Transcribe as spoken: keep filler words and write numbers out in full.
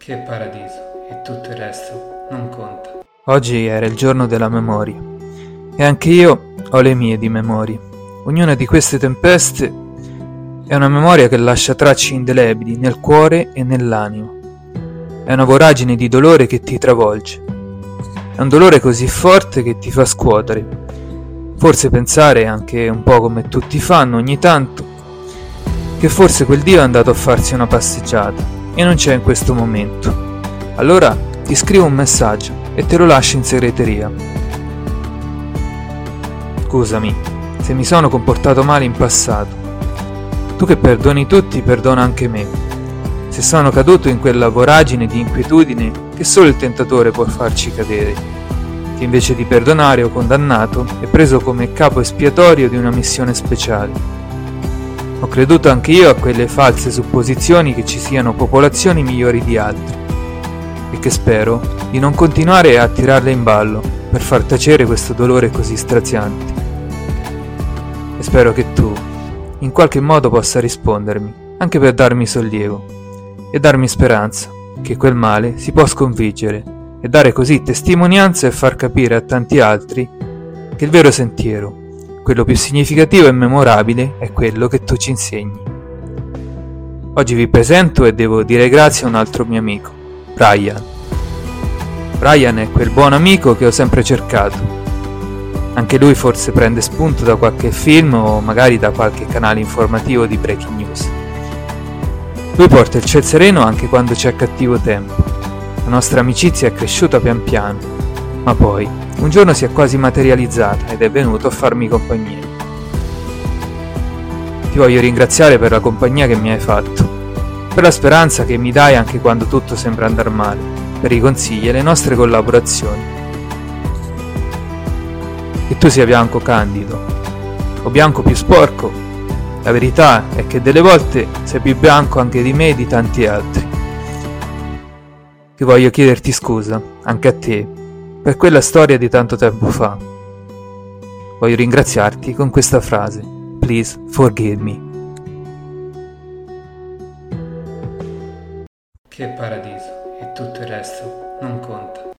Che paradiso, e tutto il resto non conta. Oggi era il giorno della memoria, e anche io ho le mie di memorie. Ognuna di queste tempeste è una memoria che lascia tracce indelebili nel cuore e nell'anima. È una voragine di dolore che ti travolge. È un dolore così forte che ti fa scuotere. Forse pensare, anche un po' come tutti fanno ogni tanto, che forse quel Dio è andato a farsi una passeggiata e non c'è in questo momento. Allora ti scrivo un messaggio e te lo lascio in segreteria. Scusami se mi sono comportato male in passato. Tu che perdoni tutti, perdona anche me. Se sono caduto in quella voragine di inquietudine che solo il tentatore può farci cadere, che invece di perdonare ho condannato e preso come capo espiatorio di una missione speciale. Ho creduto anche io a quelle false supposizioni che ci siano popolazioni migliori di altre e che spero di non continuare a tirarle in ballo per far tacere questo dolore così straziante. E spero che tu in qualche modo possa rispondermi, anche per darmi sollievo e darmi speranza che quel male si può sconfiggere e dare così testimonianza e far capire a tanti altri che il vero sentiero, quello più significativo e memorabile, è quello che tu ci insegni. Oggi vi presento e devo dire grazie a un altro mio amico, Brian. Brian è quel buon amico che ho sempre cercato. Anche lui forse prende spunto da qualche film o magari da qualche canale informativo di breaking news. Lui porta il ciel sereno anche quando c'è cattivo tempo. La nostra amicizia è cresciuta pian piano, ma poi un giorno si è quasi materializzata ed è venuto a farmi compagnia. Ti voglio ringraziare per la compagnia che mi hai fatto, per la speranza che mi dai anche quando tutto sembra andar male, per i consigli e le nostre collaborazioni. Che tu sia bianco candido o bianco più sporco, la verità è che delle volte sei più bianco anche di me e di tanti altri. Ti voglio chiederti scusa, anche a te, per quella storia di tanto tempo fa. Voglio ringraziarti con questa frase: Please forgive me. Che paradiso, e tutto il resto non conta.